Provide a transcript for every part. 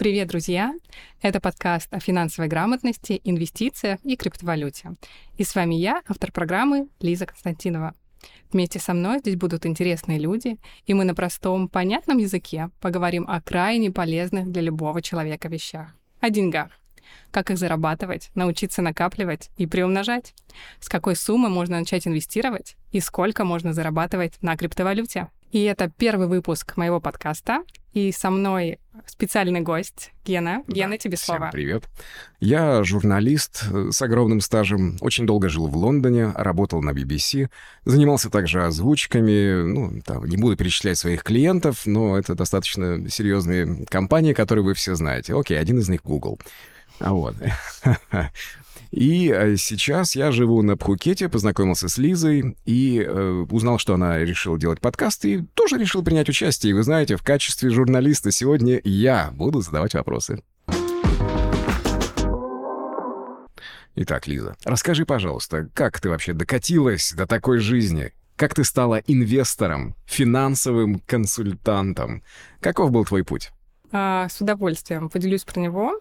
Привет, друзья! Это подкаст о финансовой грамотности, инвестициях и криптовалюте. И с вами я, автор программы Лиза Константинова. Вместе со мной здесь будут интересные люди, и мы на простом, понятном языке поговорим о крайне полезных для любого человека вещах. О деньгах. Как их зарабатывать, научиться накапливать и приумножать. С какой суммы можно начать инвестировать и сколько можно зарабатывать на криптовалюте. И это первый выпуск моего подкаста. И со мной специальный гость Гена. Гена, тебе слово. Всем привет. Я журналист с огромным стажем. Очень долго жил в Лондоне, работал на BBC. Занимался также озвучками. Не буду перечислять своих клиентов, но это достаточно серьезные компании, которые вы все знаете. Окей, один из них Google. И сейчас я живу на Пхукете, познакомился с Лизой и узнал, что она решила делать подкаст, и тоже решил принять участие. И вы знаете, в качестве журналиста сегодня я буду задавать вопросы. Итак, Лиза, расскажи, пожалуйста, как ты вообще докатилась до такой жизни? Как ты стала инвестором, финансовым консультантом? Каков был твой путь? С удовольствием поделюсь про него,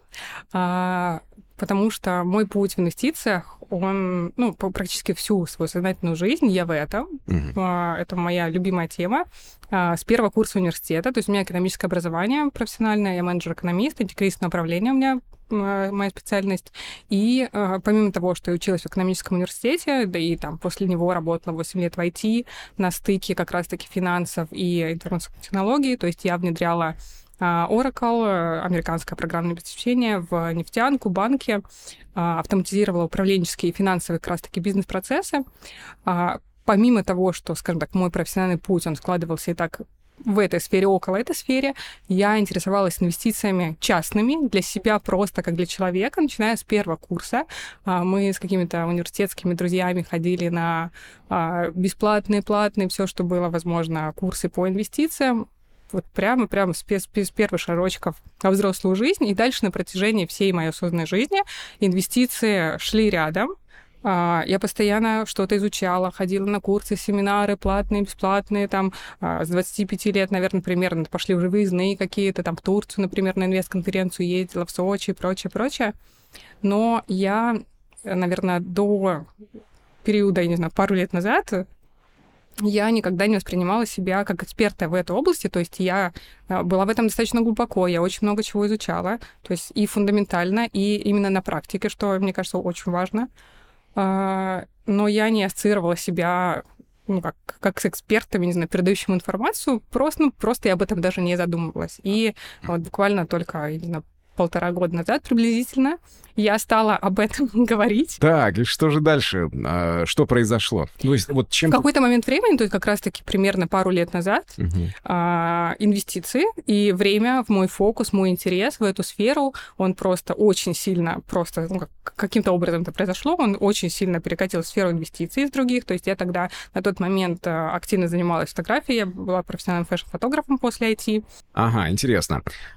потому что мой путь в инвестициях, он, практически всю свою сознательную жизнь я в этом. Это моя любимая тема. С первого курса университета, то есть у меня экономическое образование профессиональное, я менеджер-экономист, антикризисное управление у меня моя специальность. И помимо того, что я училась в экономическом университете, да и там после него работала 8 лет в IT на стыке как раз-таки финансов и информационных технологий, то есть я внедряла Oracle, американское программное обеспечение, в нефтянку, банки, автоматизировала управленческие и финансовые как раз-таки бизнес-процессы. Помимо того, что, скажем так, мой профессиональный путь, он складывался и так в этой сфере, около этой сферы, я интересовалась инвестициями частными для себя просто как для человека, начиная с первого курса. Мы с какими-то университетскими друзьями ходили на бесплатные, платные, все, что было возможно, курсы по инвестициям. Вот прямо с первых шажочков во взрослую жизнь, и дальше на протяжении всей моей осознанной жизни инвестиции шли рядом. Я постоянно что-то изучала, ходила на курсы, семинары платные, бесплатные, там, с 25 лет, наверное, примерно пошли уже выездные какие-то, там, в Турцию, например, на инвестконференцию ездила, в Сочи и прочее. Но я, наверное, до периода, я не знаю, пару лет назад я никогда не воспринимала себя как эксперта в этой области, то есть я была в этом достаточно глубоко, я очень много чего изучала, то есть и фундаментально, и именно на практике, что, мне кажется, очень важно. Но я не ассоциировала себя как с экспертом, не знаю, передающим информацию, просто я об этом даже не задумывалась. И вот буквально только, я не знаю, 1,5 года назад приблизительно я стала об этом говорить. Так, и что же дальше? Что произошло? То есть, вот чем... В какой-то момент времени, то есть как раз-таки примерно пару лет назад, инвестиции и время в мой фокус, мой интерес в эту сферу, он просто очень сильно, каким-то образом это произошло, он очень сильно перекатил в сферу инвестиций из других. То есть я тогда на тот момент активно занималась фотографией, я была профессиональным фэшн-фотографом после IT. Ага, интересно.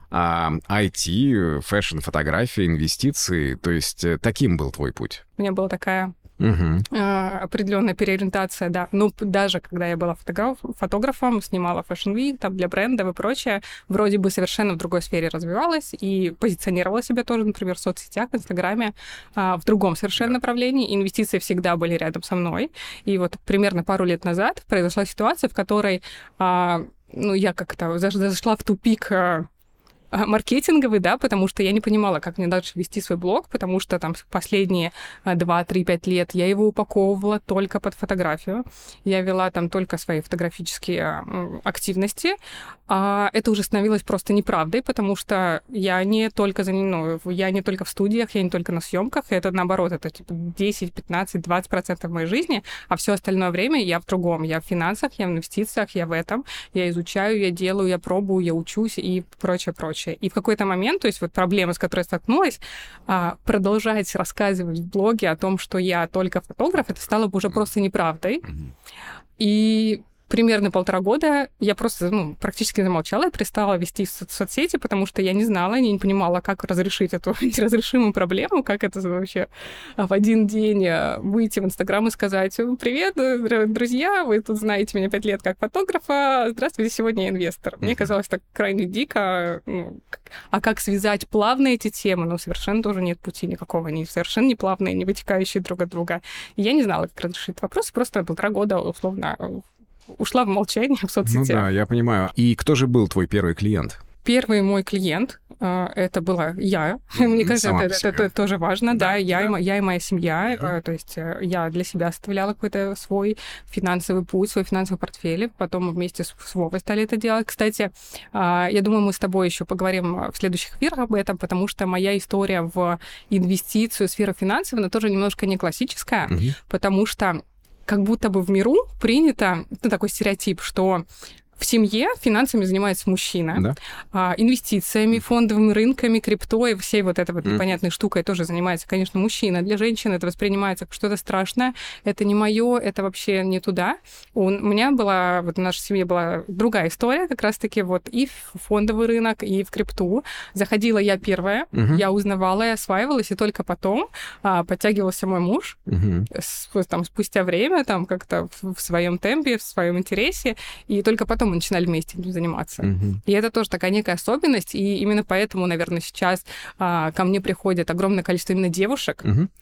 IT, фэшн, фотография, инвестиции, то есть таким был твой путь? У меня была такая определенная переориентация, да. Ну, даже когда я была фотографом, снимала Fashion Week там, для брендов и прочее, вроде бы совершенно в другой сфере развивалась и позиционировала себя тоже, например, в соцсетях, в Инстаграме, в другом совершенно направлении. Инвестиции всегда были рядом со мной. И вот примерно пару лет назад произошла ситуация, в которой я как-то зашла в тупик маркетинговый, да, потому что я не понимала, как мне дальше вести свой блог, потому что там последние 2-3-5 лет я его упаковывала только под фотографию. Я вела там только свои фотографические активности. Это уже становилось просто неправдой, потому что я не только в студиях, я не только на съемках, это наоборот, это типа 10, 15, 20% моей жизни, а все остальное время я в другом. Я в финансах, я в инвестициях, я в этом. Я изучаю, я делаю, я пробую, я учусь и прочее. И в какой-то момент, то есть вот проблема, с которой я столкнулась, продолжать рассказывать в блоге о том, что я только фотограф, это стало бы уже просто неправдой. И примерно 1,5 года я просто практически замолчала и перестала вести соцсети, потому что я не знала, я не понимала, как разрешить эту неразрешимую проблему, как это вообще в один день выйти в Инстаграм и сказать: «Привет, друзья, вы тут знаете меня 5 лет как фотографа, здравствуйте, сегодня я инвестор». Мне казалось так крайне дико. А как связать плавно эти темы? Совершенно тоже нет пути никакого, они совершенно не плавные, не вытекающие друг от друга. И я не знала, как разрешить этот вопрос, просто 1,5 года условно ушла в молчание в соцсетях. Да, я понимаю. И кто же был твой первый клиент? Первый мой клиент это была я. Мне кажется, это тоже важно. Да, я и моя семья. То есть я для себя составляла какой-то свой финансовый путь, свой финансовый портфель. Потом вместе с Вовой стали это делать. Кстати, я думаю, мы с тобой еще поговорим в следующих эфирах об этом, потому что моя история в инвестицию, сферу финансов, она тоже немножко не классическая, потому что как будто бы в миру принято такой стереотип, что в семье финансами занимается мужчина, инвестициями, фондовыми рынками, крипто и всей вот этой вот непонятной штукой тоже занимается, конечно, мужчина. Для женщин это воспринимается как что-то страшное. Это не мое, это вообще не туда. У меня была, в нашей семье была другая история, как раз-таки вот и в фондовый рынок, и в крипту. Заходила я первая, я узнавала, я осваивалась, и только потом подтягивался мой муж, спустя время, как-то в своем темпе, в своем интересе, и только потом мы начинали вместе этим заниматься. И это тоже такая некая особенность, и именно поэтому, наверное, сейчас ко мне приходит огромное количество именно девушек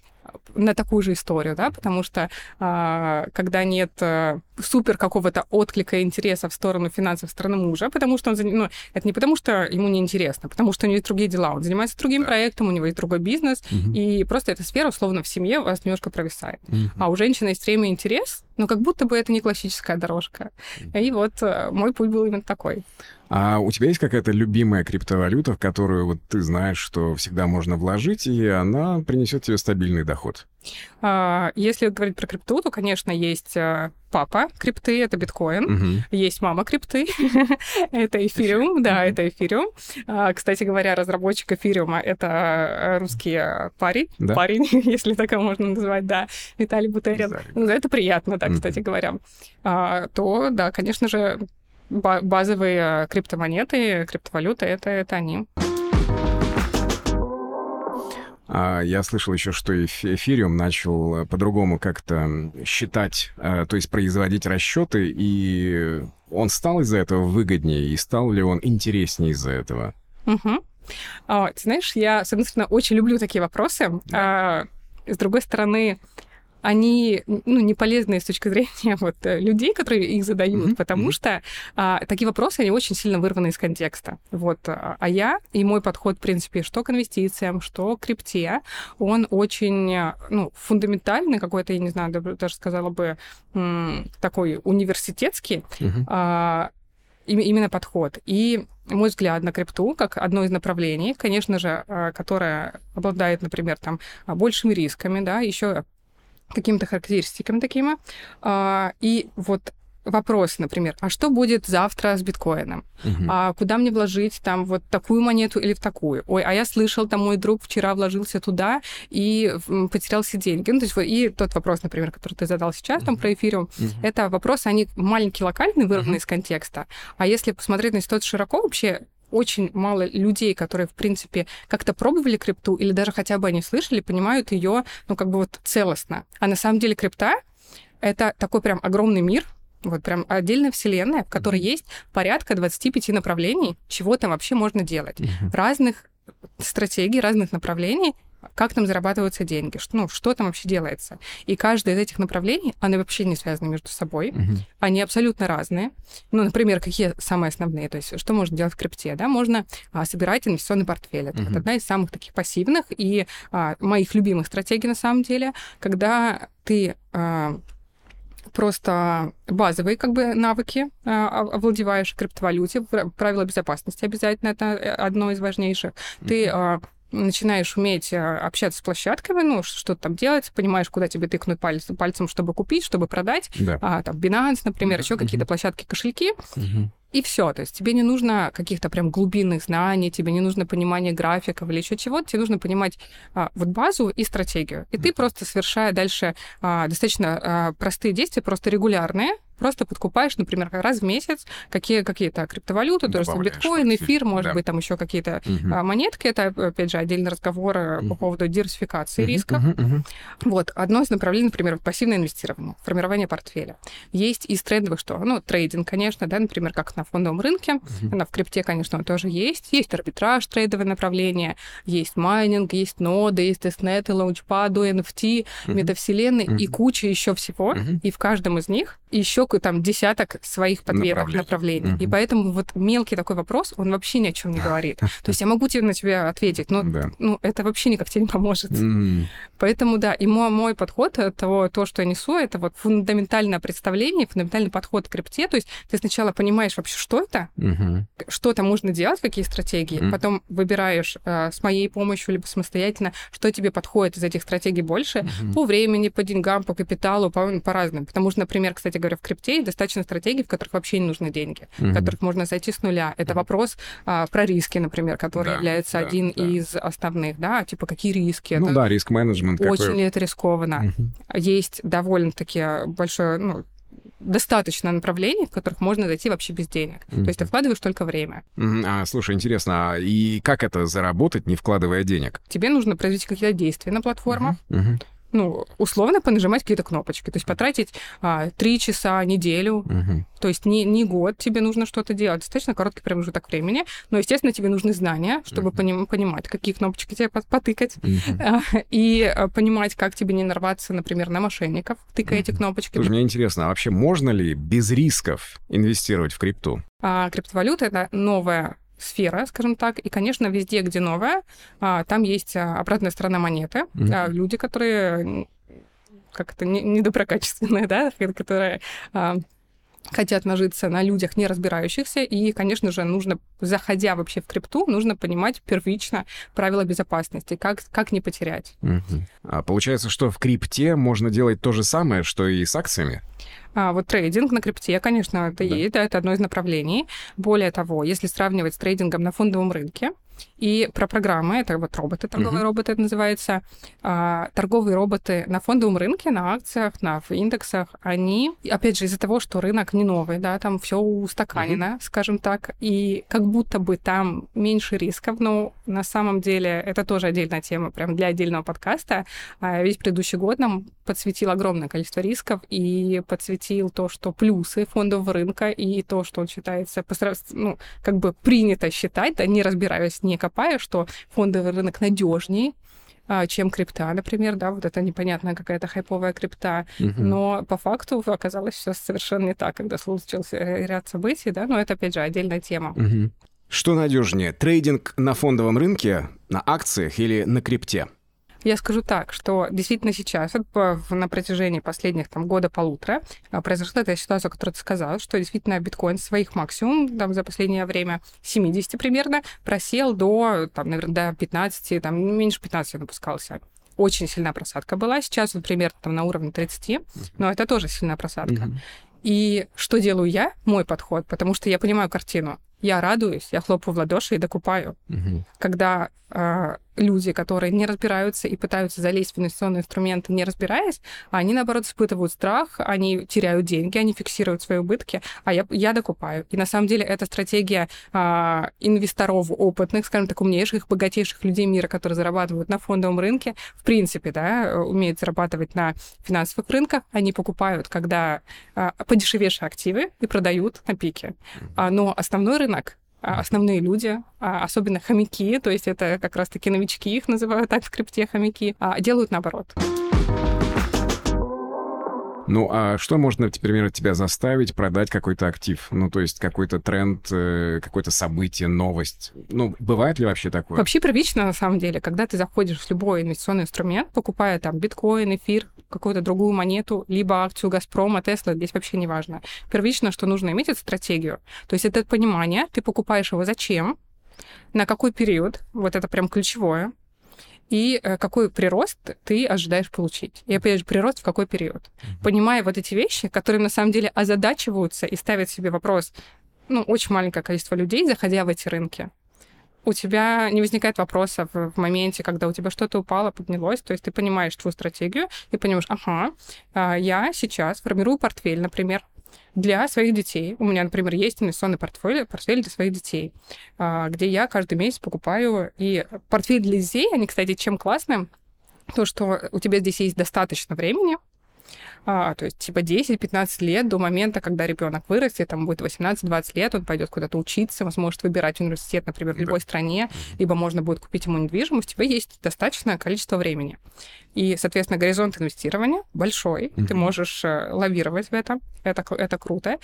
на такую же историю, да, потому что когда нет супер какого-то отклика и интереса в сторону финансов, в сторону мужа, потому что он, это не потому, что ему неинтересно, потому что у него есть другие дела, он занимается другим проектом, у него есть другой бизнес, и просто эта сфера, условно, в семье у вас немножко провисает. А у женщины есть время и интерес, но как будто бы это не классическая дорожка. И вот мой путь был именно такой. А у тебя есть какая-то любимая криптовалюта, в которую вот ты знаешь, что всегда можно вложить, и она принесет тебе стабильный доход? Если говорить про крипту, то, конечно, есть папа крипты, это биткоин, есть мама крипты, это эфириум, да, это эфириум. Кстати говоря, разработчик эфириума — это русский парень, если так его можно назвать, да, Виталий Бутерин. Это приятно, да, кстати говоря. То, да, конечно же, базовые криптомонеты, криптовалюты — это они. Я слышал еще, что эфириум начал по-другому как-то считать, то есть производить расчеты, и он стал из-за этого выгоднее, и стал ли он интереснее из-за этого? Ты знаешь, я, с одной стороны, очень люблю такие вопросы, с другой стороны, они не полезные с точки зрения людей, которые их задают, потому что такие вопросы, они очень сильно вырваны из контекста. А я и мой подход, в принципе, что к инвестициям, что к крипте, он очень фундаментальный, какой-то, я не знаю, даже сказала бы, такой университетский, именно подход. И мой взгляд на крипту как одно из направлений, конечно же, которое обладает, например, большими рисками, да, еще какими-то характеристиками такими. И вопрос, например, а что будет завтра с биткоином? Куда мне вложить такую монету или в такую? А я слышал, мой друг вчера вложился туда и потерял все деньги. То есть, и тот вопрос, например, который ты задал сейчас про эфириум, это вопросы, они маленькие, локальные, вырваны из контекста. А если посмотреть на ситуацию широко, вообще очень мало людей, которые, в принципе, как-то пробовали крипту или даже хотя бы они слышали, понимают ее, целостно. А на самом деле крипта — это такой прям огромный мир, прям отдельная вселенная, в которой есть порядка 25 направлений, чего там вообще можно делать. Разных стратегий, разных направлений, как там зарабатываются деньги, что там вообще делается. И каждое из этих направлений, они вообще не связаны между собой, они абсолютно разные. Например, какие самые основные? То есть что можно делать в крипте? Да? Можно собирать инвестиционный портфель. Это одна из самых таких пассивных и моих любимых стратегий на самом деле, когда ты просто базовые навыки овладеваешь в криптовалюте, правила безопасности обязательно, это одно из важнейших. Ты начинаешь уметь общаться с площадками, что-то там делать, понимаешь, куда тебе тыкнуть пальцем, чтобы купить, чтобы продать. Да. Binance, например, еще какие-то площадки, кошельки. И все. То есть тебе не нужно каких-то прям глубинных знаний, тебе не нужно понимание графиков или еще чего-то, тебе нужно понимать базу и стратегию. И ты просто, совершая дальше достаточно простые действия, просто регулярные, Просто подкупаешь, например, раз в месяц какие-то криптовалюты, то есть биткоин, эфир, может быть, там еще какие-то монетки. Это, опять же, отдельный разговор по поводу диверсификации рисков. Вот. Одно из направлений, например, пассивное инвестирование, формирование портфеля. Есть из трендовых что? Трейдинг, конечно, да, например, как на фондовом рынке. В крипте, конечно, он тоже есть. Есть арбитраж, трейдовое направление, есть майнинг, есть ноды, есть тестнеты, лаунчпады, NFT, метавселенные и куча еще всего. И в каждом из них еще там десяток своих подветок направлений. И поэтому вот мелкий такой вопрос, он вообще ни о чем не говорит. То есть я могу на тебя ответить, но это вообще никак тебе не поможет. Поэтому, да, и мой подход, то, что я несу, это вот фундаментальное представление, фундаментальный подход к крипте. То есть ты сначала понимаешь вообще, что это, что там можно делать, какие стратегии, потом выбираешь с моей помощью либо самостоятельно, что тебе подходит из этих стратегий больше по времени, по деньгам, по капиталу, по разным. Потому что, например, кстати говоря, в крипте достаточно стратегий, в которых вообще не нужны деньги, в которых можно зайти с нуля. Это вопрос про риски, например, который является один из основных, да, типа какие риски. Риск-менеджмент. Очень ли это рискованно. Есть довольно-таки большое, достаточно направлений, в которых можно зайти вообще без денег. То есть ты вкладываешь только время. Слушай, интересно, и как это заработать, не вкладывая денег? Тебе нужно произвести какие-то действия на платформах. Условно понажимать какие-то кнопочки. То есть потратить 3 часа, неделю. То есть не год тебе нужно что-то делать. Достаточно короткий промежуток времени. Но, естественно, тебе нужны знания, чтобы понимать, какие кнопочки тебе потыкать. И понимать, как тебе не нарваться, например, на мошенников, тыкая эти кнопочки. Слушай, мне интересно, а вообще можно ли без рисков инвестировать в крипту? Криптовалюта — это новая сфера, скажем так, и, конечно, везде, где новая, там есть обратная сторона монеты. Люди, которые как-то недоброкачественные, да, которые хотят нажиться на людях, не разбирающихся, и, конечно же, заходя вообще в крипту, нужно понимать первично правила безопасности, как не потерять. Получается, что в крипте можно делать то же самое, что и с акциями? Вот трейдинг на крипте, конечно, это есть, это одно из направлений. Более того, если сравнивать с трейдингом на фондовом рынке, и про программы, это вот роботы, торговые роботы это называется, торговые роботы на фондовом рынке, на акциях, на индексах, они, опять же, из-за того, что рынок не новый, да, там все устаканено, скажем так, и как будто бы там меньше рисков, но на самом деле это тоже отдельная тема, прям для отдельного подкаста. Весь предыдущий год нам подсветил огромное количество рисков и подсветил то, что плюсы фондового рынка и то, что он считается, как бы принято считать, да, не разбираясь, не копая, что фондовый рынок надежнее, чем крипта, например, да, вот это непонятная какая-то хайповая крипта, но по факту оказалось все совершенно не так, когда случился ряд событий, да, но это, опять же, отдельная тема. Что надежнее, трейдинг на фондовом рынке, на акциях или на крипте? Я скажу так, что действительно сейчас, на протяжении последних года-полутора, произошла эта ситуация, которую ты сказал, что действительно биткоин своих максимум за последнее время 70 примерно просел до, наверное, до 15, меньше 15 он опускался. Очень сильная просадка была. Сейчас он примерно на уровне 30, но это тоже сильная просадка. И что делаю я? Мой подход, потому что я понимаю картину. Я радуюсь, я хлопаю в ладоши и докупаю. Когда люди, которые не разбираются и пытаются залезть в инвестиционные инструменты, не разбираясь, они, наоборот, испытывают страх, они теряют деньги, они фиксируют свои убытки, а я докупаю. И на самом деле это стратегия инвесторов опытных, скажем так, умнейших, богатейших людей мира, которые зарабатывают на фондовом рынке, в принципе, да, умеют зарабатывать на финансовых рынках, они покупают, когда подешевевшие активы и продают на пике. Но основной рынок, основные люди, особенно хомяки, то есть это как раз-таки новички, их называют так в крипте хомяки, делают наоборот. Ну, а что можно, например, тебя заставить продать какой-то актив? Ну, то есть какой-то тренд, какое-то событие, новость. Ну, бывает ли вообще такое? Вообще первично, на самом деле, когда ты заходишь в любой инвестиционный инструмент, покупая биткоин, эфир, какую-то другую монету, либо акцию Газпрома, Тесла, здесь вообще не важно. Первично, что нужно иметь, это стратегию. То есть это понимание, ты покупаешь его зачем, на какой период, вот это прям ключевое, и какой прирост ты ожидаешь получить. И, опять же, прирост в какой период. Понимая вот эти вещи, которые на самом деле озадачиваются и ставят себе вопрос, очень маленькое количество людей, заходя в эти рынки, у тебя не возникает вопросов в моменте, когда у тебя что-то упало, поднялось, то есть ты понимаешь твою стратегию и понимаешь, я сейчас формирую портфель, например, для своих детей. У меня, например, есть инвестиционный портфель для своих детей, где я каждый месяц покупаю. И портфель для детей, они, кстати, чем классны, то, что у тебя здесь есть достаточно времени, то есть типа 10-15 лет до момента, когда ребенок вырастет, там будет 18-20 лет, он пойдет куда-то учиться, он сможет выбирать университет, например, в любой стране, либо можно будет купить ему недвижимость, у тебя есть достаточное количество времени. И, соответственно, горизонт инвестирования большой, ты можешь лавировать в этом, это круто.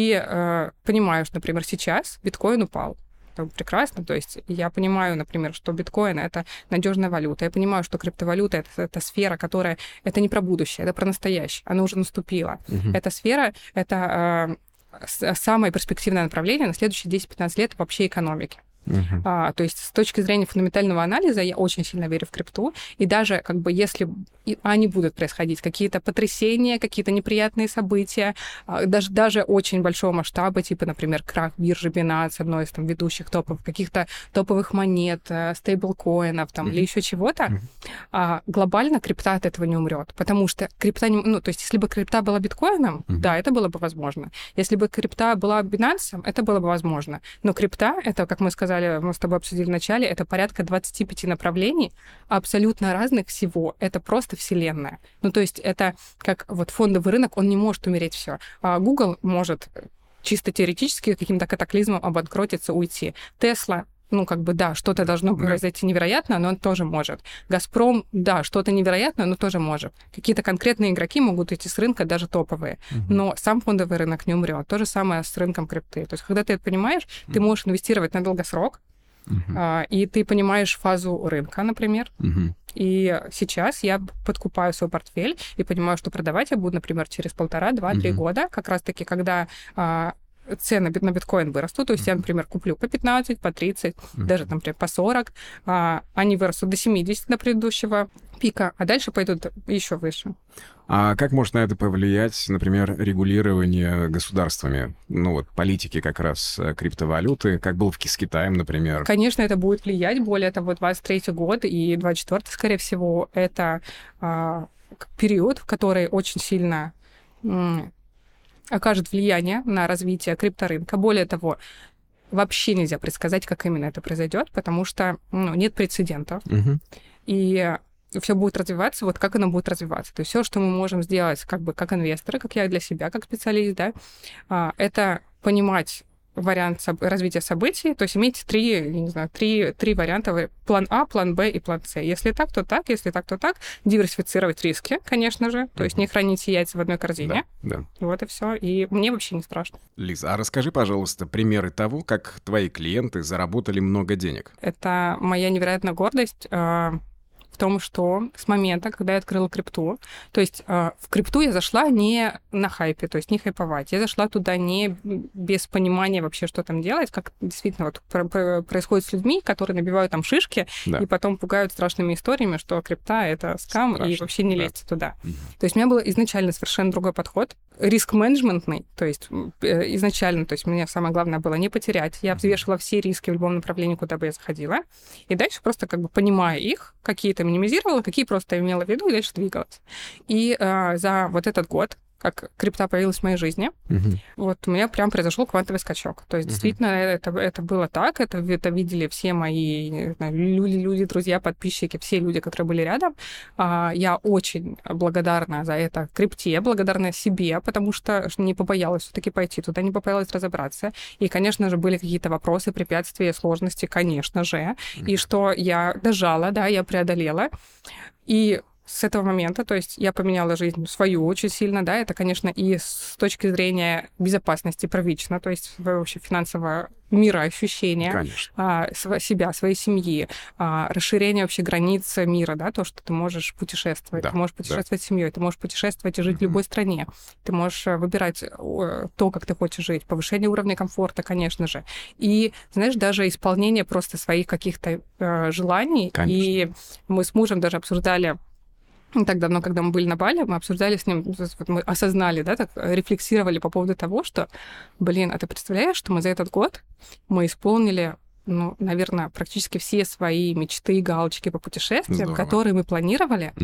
И понимаешь, например, сейчас биткоин упал. Это прекрасно. То есть я понимаю, например, что биткоин — это надежная валюта. Я понимаю, что криптовалюта — это сфера, которая... Это не про будущее, это про настоящее. Она уже наступила. Эта сфера — это самое перспективное направление на следующие 10-15 лет вообще экономики. То есть с точки зрения фундаментального анализа я очень сильно верю в крипту, и даже как бы если они будут происходить, какие-то потрясения, какие-то неприятные события, даже очень большого масштаба, типа, например, крах биржи Binance, одной из там ведущих каких-то топовых монет, стейблкоинов там, или еще чего-то, глобально крипта от этого не умрет, потому что крипта не... Ну, то есть если бы крипта была биткоином, да, это было бы возможно. Если бы крипта была Binance, это было бы возможно. Но крипта — это, как мы сказали, мы с тобой обсудили в начале, это порядка 25 направлений, абсолютно разных всего. Это просто вселенная. Ну, то есть это как вот фондовый рынок, он не может умереть все. Google может чисто теоретически каким-то катаклизмом обанкротиться, уйти. Tesla, ну, как бы, да, что-то должно произойти невероятно, но он тоже может. «Газпром», да, что-то невероятное, но тоже может. Какие-то конкретные игроки могут уйти с рынка, даже топовые. Но сам фондовый рынок не умрет. То же самое с рынком крипты. То есть, когда ты это понимаешь, ты можешь инвестировать на долгосрок, и ты понимаешь фазу рынка, например. И сейчас я подкупаю свой портфель и понимаю, что продавать я буду, например, через 1,5, 2, 3 года, как раз-таки, когда... цены на биткоин вырастут, то есть я, например, куплю по 15, по 30, даже, например, по 40, они вырастут до 70 до предыдущего пика, а дальше пойдут еще выше. А как может на это повлиять, например, регулирование государствами, ну вот политики как раз криптовалюты, как было с Китаем, например? Конечно, это будет влиять, более того, 23-й год и 24-й, скорее всего, это период, в который очень сильно... окажет влияние на развитие крипторынка. Более того, вообще нельзя предсказать, как именно это произойдет, потому что нет прецедентов. И все будет развиваться, вот как оно будет развиваться. То есть все, что мы можем сделать как бы как инвесторы, как я для себя, как специалист, да, это понимать вариант развития событий, то есть иметь три варианта: план А, план Б и план С. Если так, то так, если так, то так. Диверсифицировать риски, конечно же, то есть не хранить яйца в одной корзине. Да. Вот и все. И мне вообще не страшно. Лиза, а расскажи, пожалуйста, примеры того, как твои клиенты заработали много денег. Это моя невероятная гордость в том, что с момента, когда я открыла крипту, то есть в крипту я зашла не на хайпе, то есть не хайповать. Я зашла туда не без понимания вообще, что там делать, как действительно вот происходит с людьми, которые набивают там шишки и потом пугают страшными историями, что крипта — это скам, страшно, и вообще не лезьте туда. То есть у меня был изначально совершенно другой подход, риск-менеджментный, то есть изначально, то есть мне самое главное было не потерять. Я взвешивала все риски в любом направлении, куда бы я заходила, и дальше просто как бы понимая их, какие-то минимизировала, какие просто имела в виду, и дальше двигалась. И за вот этот год, как крипта появилась в моей жизни, вот у меня прям произошел квантовый скачок. То есть действительно это было так, это видели все мои, не знаю, люди, друзья, подписчики, все люди, которые были рядом. Я очень благодарна за это крипте, благодарна себе, потому что не побоялась все-таки пойти туда, не побоялась разобраться. И, конечно же, были какие-то вопросы, препятствия, сложности, конечно же. И что я дожала, да, я преодолела. И с этого момента, то есть я поменяла жизнь свою очень сильно, да, это, конечно, и с точки зрения безопасности первично, то есть вообще финансового мироощущения себя, своей семьи, расширение вообще границ мира, да, то, что ты можешь путешествовать, ты можешь путешествовать с семьей, ты можешь путешествовать и жить в любой стране, ты можешь выбирать то, как ты хочешь жить, повышение уровня комфорта, конечно же, и, знаешь, даже исполнение просто своих каких-то желаний, и мы с мужем даже обсуждали так давно, когда мы были на Бали, мы обсуждали с ним, мы осознали, да, так рефлексировали по поводу того, что, а ты представляешь, что мы за этот год мы исполнили, наверное, практически все свои мечты и галочки по путешествиям, которые мы планировали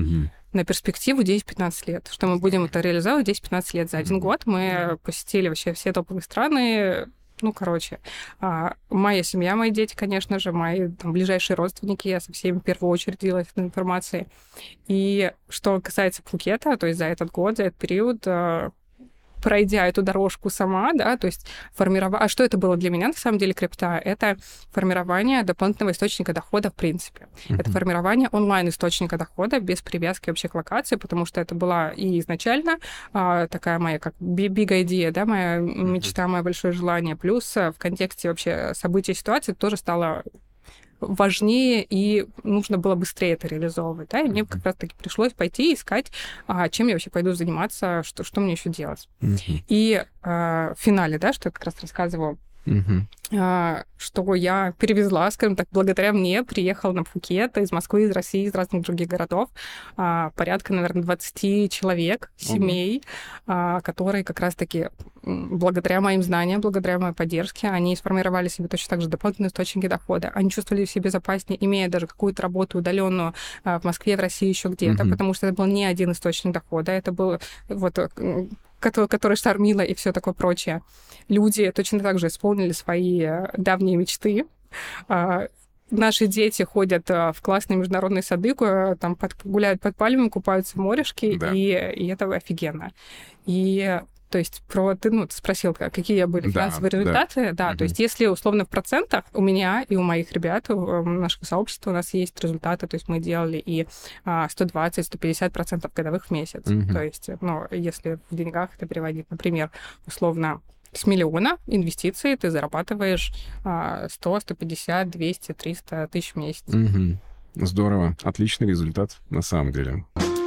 на перспективу 10-15 лет, что мы будем это реализовывать 10-15 лет. За один год мы посетили вообще все топовые страны. Ну, короче, моя семья, мои дети, конечно же, мои там, ближайшие родственники, я со всеми в первую очередь делилась этой информацией. И что касается Пхукета, то есть за этот год, за этот период, пройдя эту дорожку сама, да, то есть формировать... А что это было для меня, на самом деле, крипта? Это формирование дополнительного источника дохода в принципе. Это формирование онлайн-источника дохода без привязки вообще к локации, потому что это была и изначально такая моя как big idea, да, моя мечта, мое большое желание. Плюс в контексте вообще событий и ситуации тоже стало важнее, и нужно было быстрее это реализовывать, да, и мне как раз-таки пришлось пойти искать, чем я вообще пойду заниматься, что мне еще делать. И в финале, да, что я как раз рассказывала, что я перевезла, скажем так, благодаря мне приехала на Пхукет из Москвы, из России, из разных других городов, порядка, наверное, 20 человек, семей, которые как раз-таки благодаря моим знаниям, благодаря моей поддержке, они сформировали себе точно так же дополнительные источники дохода. Они чувствовали себя безопаснее, имея даже какую-то работу удаленную в Москве, в России, еще где-то, потому что это был не один источник дохода, это был вот который штормило и все такое прочее. Люди точно так же исполнили свои давние мечты. Наши дети ходят в классные международные сады, там гуляют под пальмами, купаются в морешке, да. и это офигенно. И то есть ты спросил, какие были финансовые результаты. Да, то есть если условно в процентах у меня и у моих ребят, у нашего сообщества у нас есть результаты, то есть мы делали и 120-150% годовых в месяц. То есть, если в деньгах это переводить, например, условно, с миллиона инвестиций ты зарабатываешь 100, 150, 200, 300 тысяч в месяц. Здорово. Отличный результат, на самом деле.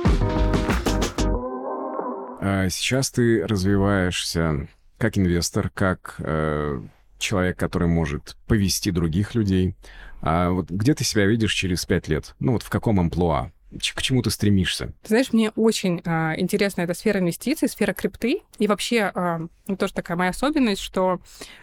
Сейчас ты развиваешься как инвестор, как человек, который может повести других людей. Вот где ты себя видишь через 5 лет? Ну вот в каком амплуа? К чему ты стремишься? Ты знаешь, мне очень интересна эта сфера инвестиций, сфера крипты. И вообще, тоже такая моя особенность, что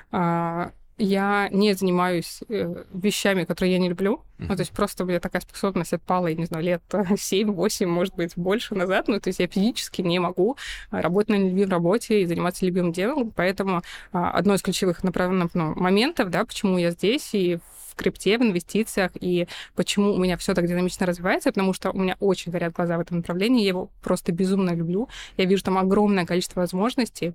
я не занимаюсь вещами, которые я не люблю. То есть просто у меня такая способность отпала, я не знаю, лет 7-8, может быть, больше назад. То есть я физически не могу работать на любимой работе и заниматься любимым делом. Поэтому одно из ключевых моментов, да, почему я здесь и в крипте, в инвестициях, и почему у меня все так динамично развивается, потому что у меня очень горят глаза в этом направлении, я его просто безумно люблю. Я вижу там огромное количество возможностей.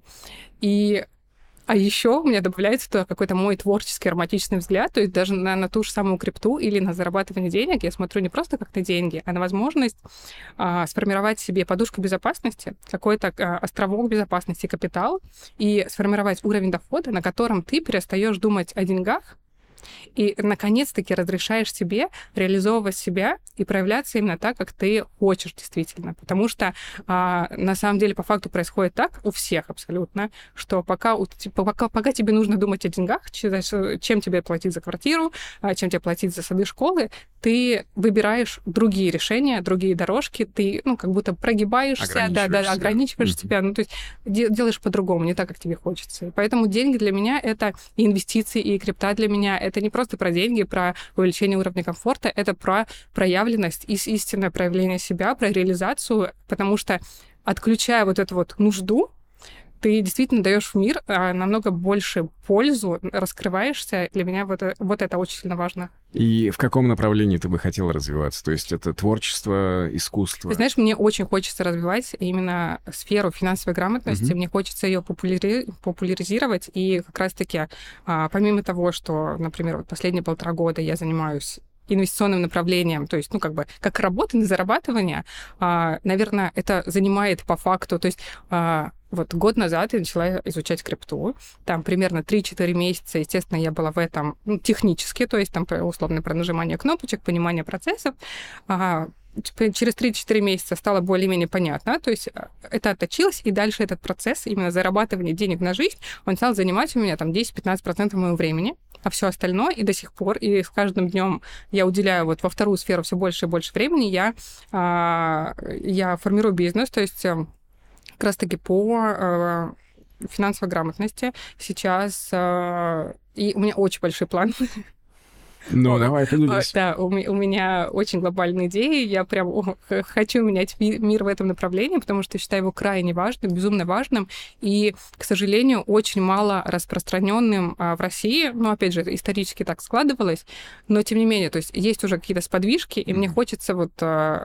А еще у меня добавляется туда какой-то мой творческий, романтичный взгляд, то есть даже на ту же самую крипту или на зарабатывание денег я смотрю не просто как на деньги, а на возможность сформировать себе подушку безопасности, какой-то островок безопасности, капитал, и сформировать уровень дохода, на котором ты перестаешь думать о деньгах, и, наконец-таки, разрешаешь себе реализовывать себя и проявляться именно так, как ты хочешь действительно. Потому что, на самом деле, по факту происходит так у всех абсолютно, что пока тебе нужно думать о деньгах, чем тебе платить за квартиру, чем тебе платить за сады школы, ты выбираешь другие решения, другие дорожки, ты, как будто прогибаешься, ограничиваешь себя, то есть делаешь по-другому, не так, как тебе хочется. И поэтому деньги для меня — это и инвестиции, и крипта для меня — это не просто про деньги, про увеличение уровня комфорта, это про проявленность и истинное проявление себя, про реализацию, потому что, отключая вот эту вот нужду, ты действительно даешь в мир намного больше пользу, раскрываешься. Для меня вот это очень сильно важно. И в каком направлении ты бы хотела развиваться? То есть это творчество, искусство? Ты знаешь, мне очень хочется развивать именно сферу финансовой грамотности. Мне хочется ее популяризировать. И как раз-таки, помимо того, что, например, последние 1,5 года я занимаюсь инвестиционным направлением, то есть, как работа на зарабатывание, наверное, это занимает по факту, то есть год назад я начала изучать крипту, там примерно 3-4 месяца, естественно, я была в этом технически, то есть там условно про нажимание кнопочек, понимание процессов, через 3-4 месяца стало более-менее понятно, то есть это отточилось, и дальше этот процесс именно зарабатывания денег на жизнь, он стал занимать у меня там 10-15% моего времени, а все остальное и до сих пор, и с каждым днем я уделяю во вторую сферу все больше и больше времени, я формирую бизнес, то есть как раз-таки по финансовой грамотности сейчас, и у меня очень большой план. Ну, давай, поделись. Да, у меня очень глобальные идеи, я прям хочу менять мир в этом направлении, потому что считаю его крайне важным, безумно важным, и, к сожалению, очень мало распространенным в России. Ну, опять же, исторически так складывалось, но тем не менее, то есть есть уже какие-то сподвижки, и мне хочется вот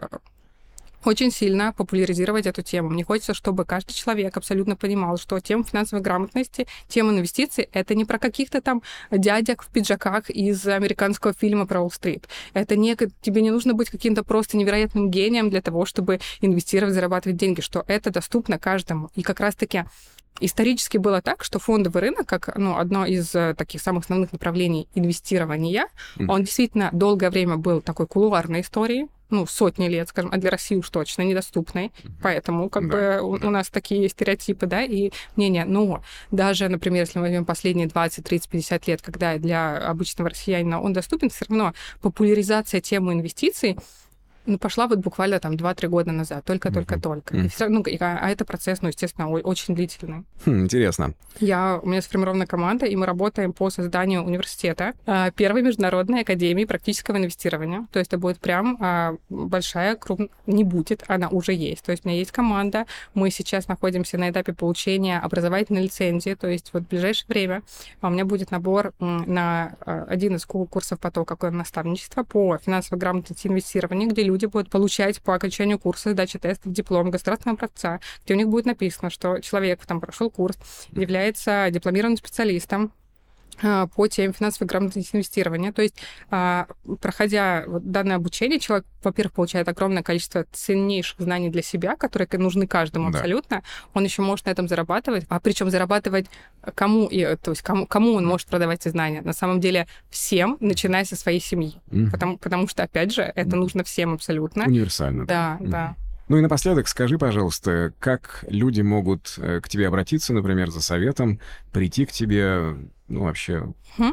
очень сильно популяризировать эту тему. Мне хочется, чтобы каждый человек абсолютно понимал, что тема финансовой грамотности, тема инвестиций — это не про каких-то там дядек в пиджаках из американского фильма про Уолл-стрит. Это не... Тебе не нужно быть каким-то просто невероятным гением для того, чтобы инвестировать, зарабатывать деньги, что это доступно каждому. И как раз-таки исторически было так, что фондовый рынок, как одно из таких самых основных направлений инвестирования, он действительно долгое время был такой кулуарной историей, сотни лет, скажем, а для России уж точно недоступной. Поэтому бы у нас такие стереотипы, да, и мнения. Но даже, например, если мы возьмем последние 20, 30, 50 лет, когда для обычного россиянина он доступен, все равно популяризация темы инвестиций пошла вот буквально там 2-3 года назад, только-только. И всё, а это процесс, естественно, очень длительный. Интересно. У меня сформирована команда, и мы работаем по созданию университета первой международной академии практического инвестирования. То есть это будет прям большая, крупная... Не будет, она уже есть. То есть у меня есть команда, мы сейчас находимся на этапе получения образовательной лицензии, то есть вот в ближайшее время у меня будет набор на один из курсов потока наставничества по финансовой грамотности и инвестированию, где люди будут получать по окончанию курса сдачи тестов диплом государственного образца, где у них будет написано, что человек там прошел курс, является дипломированным специалистом по теме финансовой грамотности и инвестирования. То есть, проходя данное обучение, человек, во-первых, получает огромное количество ценнейших знаний для себя, которые нужны каждому абсолютно. Он еще может на этом зарабатывать. Причем зарабатывать кому он может продавать эти знания? На самом деле всем, начиная со своей семьи. Потому что, опять же, это нужно всем абсолютно. Универсально. Да. Ну и напоследок скажи, пожалуйста, как люди могут к тебе обратиться, например, за советом, прийти к тебе, вообще...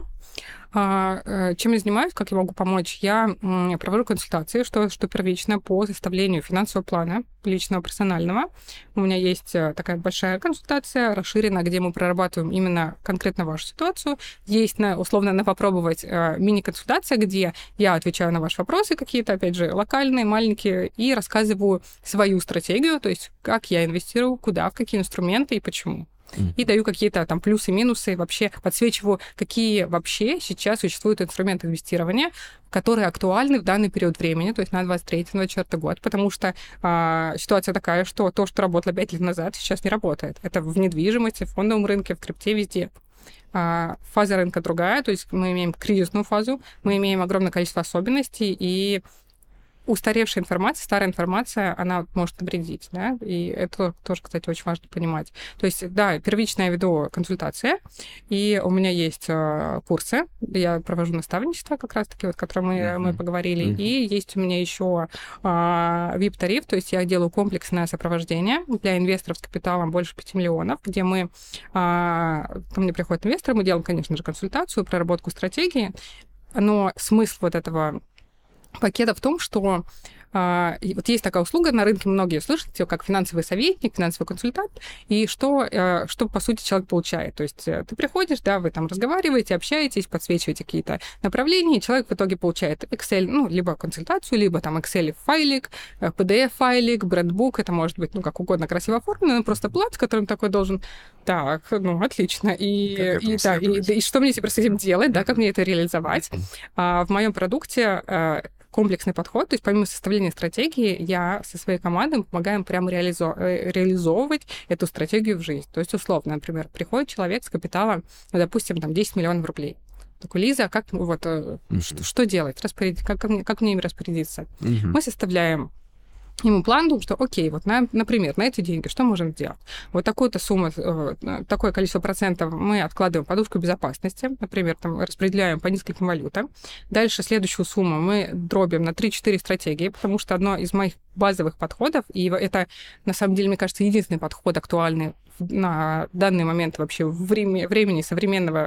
Чем я занимаюсь, как я могу помочь? Я провожу консультации, что первично, по составлению финансового плана личного, персонального. У меня есть такая большая консультация, расширенная, где мы прорабатываем именно конкретно вашу ситуацию. Есть, условно, попробовать мини-консультация, где я отвечаю на ваши вопросы какие-то, опять же, локальные, маленькие, и рассказываю свою стратегию, то есть как я инвестирую, куда, в какие инструменты и почему. И даю какие-то там плюсы-минусы, вообще подсвечиваю, какие вообще сейчас существуют инструменты инвестирования, которые актуальны в данный период времени, то есть на 23-24 год, потому что ситуация такая, что то, что работало 5 лет назад, сейчас не работает. Это в недвижимости, в фондовом рынке, в крипте, везде. Фаза рынка другая, то есть мы имеем кризисную фазу, мы имеем огромное количество особенностей, и устаревшая информация, старая информация, она может навредить, да, и это тоже, кстати, очень важно понимать. То есть, да, первично я веду консультации, и у меня есть курсы, я провожу наставничество, как раз-таки, о котором мы поговорили, и есть у меня еще VIP-тариф, то есть я делаю комплексное сопровождение для инвесторов с капиталом больше 5 миллионов, где ко мне приходят инвесторы, мы делаем, конечно же, консультацию, проработку стратегии, но смысл вот этого пакета в том, что вот есть такая услуга на рынке, многие слышат ее как финансовый советник, финансовый консультант, и что по сути, человек получает. То есть ты приходишь, да, вы там разговариваете, общаетесь, подсвечиваете какие-то направления, и человек в итоге получает Excel, либо консультацию, либо там Excel-файлик, PDF-файлик, брендбук, это может быть, как угодно красиво оформлено, но просто плат, который он такой должен... Так, отлично. И что мне теперь с этим делать, да, как мне это реализовать? В моем продукте комплексный подход, то есть помимо составления стратегии, я со своей командой помогаем прямо реализовывать эту стратегию в жизнь. То есть, условно, например, приходит человек с капиталом, допустим, там 10 миллионов рублей. Такой: Лиза, как что делать? Как мне ими распорядиться? Мы составляем ему план, думаю, что окей, например, на эти деньги что можем сделать? Вот такую-то сумму, такое количество процентов мы откладываем в подушку безопасности, например, там распределяем по нескольким валютам. Дальше следующую сумму мы дробим на 3-4 стратегии, потому что одно из моих базовых подходов, и это, на самом деле, мне кажется, единственный подход актуальный на данный момент вообще времени современного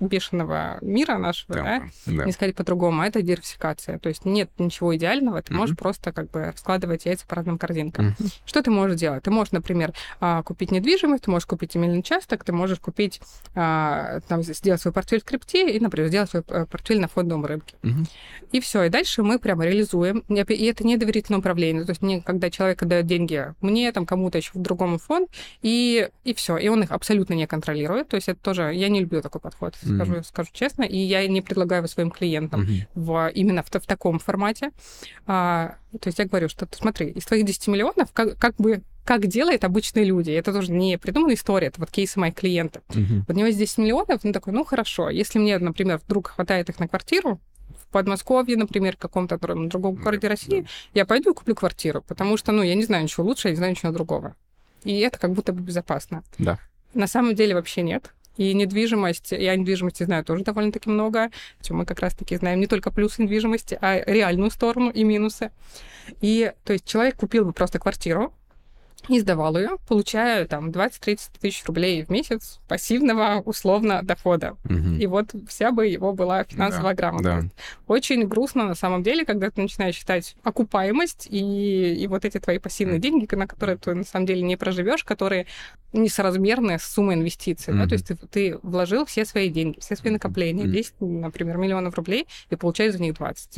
бешеного мира нашего, да, не сказать по-другому, это диверсификация. То есть нет ничего идеального, ты можешь просто как бы раскладывать яйца по разным корзинкам. Что ты можешь делать? Ты можешь, например, купить недвижимость, ты можешь купить земельный участок, ты можешь купить, там, сделать свой портфель в крипте и, например, сделать свой портфель на фондовом рынке. И все, и дальше мы прямо реализуем. И это не доверительное управление. То есть не когда человек отдает деньги мне, там, кому-то еще в другому фонд, и все. И он их абсолютно не контролирует. То есть это тоже... Я не люблю такой подход, скажу честно. И я не предлагаю его своим клиентам именно в таком формате. То есть я говорю, что смотри, из твоих 10 миллионов как делают обычные люди. Это тоже не придуманная история, это вот кейсы моих клиентов. Вот у него есть 10 миллионов, он такой, ну хорошо, если мне, например, вдруг хватает их на квартиру, в Подмосковье, например, в каком-то другом городе России, я пойду и куплю квартиру, потому что, я не знаю ничего лучше, я не знаю ничего другого. И это как будто бы безопасно. Да. На самом деле вообще нет. И недвижимость, я о недвижимости знаю тоже довольно-таки много. Мы как раз-таки знаем не только плюсы недвижимости, а реальную сторону и минусы. И, то есть, человек купил бы просто квартиру и сдавал ее, получая там 20-30 тысяч рублей в месяц пассивного условно дохода. И вот вся бы его была финансовая грамотность. Очень грустно на самом деле, когда ты начинаешь считать окупаемость и вот эти твои пассивные деньги, на которые ты на самом деле не проживешь, которые несоразмерны с суммой инвестиций. Да? То есть ты вложил все свои деньги, все свои накопления, 10, например, миллионов рублей, и получаешь за них 20.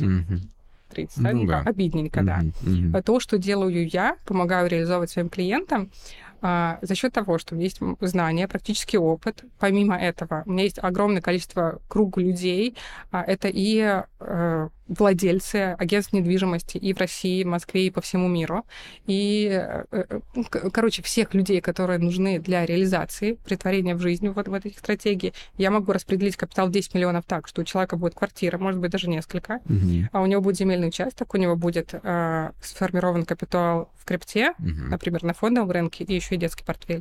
30, обидненько, да. То, что делаю я, помогаю реализовывать своим клиентам за счет того, что у меня есть знания, практический опыт. Помимо этого, у меня есть огромное количество круга людей. Это и владельцы агентств недвижимости и в России, в Москве, и по всему миру. И, короче, всех людей, которые нужны для реализации, претворения в жизнь вот этих стратегий, я могу распределить капитал в 10 миллионов так, что у человека будет квартира, может быть, даже несколько, а у него будет земельный участок, у него будет сформирован капитал в крипте, например, на фондовом рынке, и еще и детский портфель.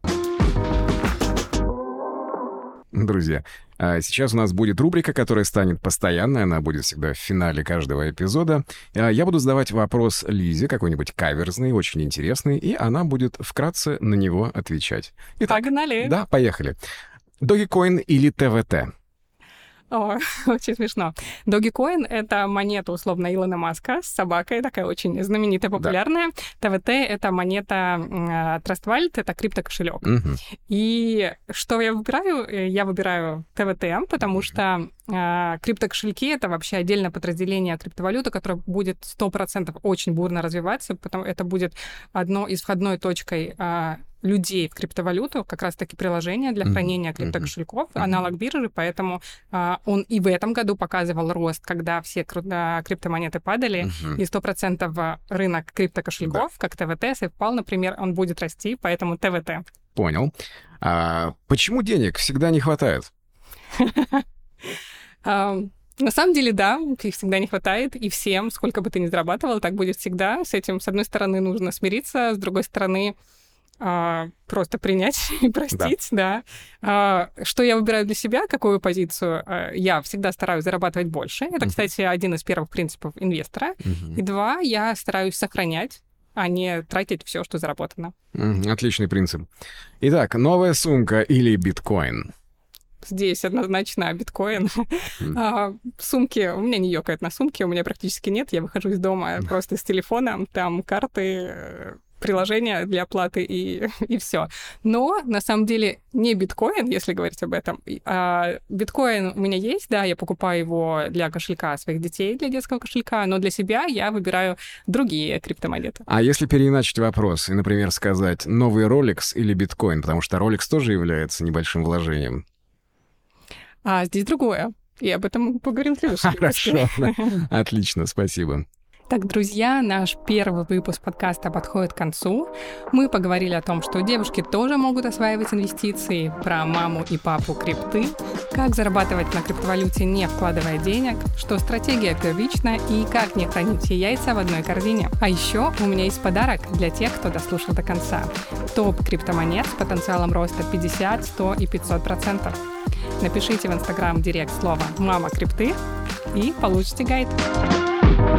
Друзья, сейчас у нас будет рубрика, которая станет постоянной, она будет всегда в финале каждого эпизода. Я буду задавать вопрос Лизе, какой-нибудь каверзный, очень интересный, и она будет вкратце на него отвечать. Итак, погнали! Да, поехали. Dogecoin или ТВТ? О, очень смешно. Dogecoin — это монета, условно, Илона Маска с собакой, такая очень знаменитая, популярная. ТВТ — это монета Trust Wallet, это криптокошелек. И что я выбираю? Я выбираю ТВТ, потому что криптокошельки — это вообще отдельное подразделение криптовалюты, которое будет 100% очень бурно развиваться, потому это будет одной из входной точкой людей в криптовалюту, как раз-таки приложение для хранения криптокошельков, аналог биржи, поэтому он и в этом году показывал рост, когда все криптомонеты падали, и 100% рынок криптокошельков, как ТВТ, совпал, например, он будет расти, поэтому ТВТ. Понял. Почему денег всегда не хватает? На самом деле, да, их всегда не хватает, и всем, сколько бы ты ни зарабатывал, так будет всегда. С этим, с одной стороны, нужно смириться, с другой стороны, просто принять и простить, да. Что я выбираю для себя, какую позицию? Я всегда стараюсь зарабатывать больше. Это, кстати, один из первых принципов инвестора. И 2, я стараюсь сохранять, а не тратить все, что заработано. Отличный принцип. Итак, новая сумка или биткоин? Здесь однозначно биткоин. Сумки, у меня не ёкает на сумке, у меня практически нет. Я выхожу из дома просто с телефоном, там карты, приложения для оплаты и все. Но на самом деле не биткоин, если говорить об этом. Биткоин у меня есть, да, я покупаю его для кошелька своих детей, для детского кошелька, но для себя я выбираю другие криптомонеты. А если переиначить вопрос и, например, сказать новый Rolex или биткоин, потому что Rolex тоже является небольшим вложением? Здесь другое. И об этом поговорим в следующем выпуске. Хорошо. Отлично, спасибо. Так, друзья, наш первый выпуск подкаста подходит к концу. Мы поговорили о том, что девушки тоже могут осваивать инвестиции, про маму и папу крипты, как зарабатывать на криптовалюте, не вкладывая денег, что стратегия первична и как не хранить все яйца в одной корзине. А еще у меня есть подарок для тех, кто дослушал до конца. Топ криптомонет с потенциалом роста 50, 100 и 500%. Напишите в Инстаграм директ слово «Мама крипты» и получите гайд.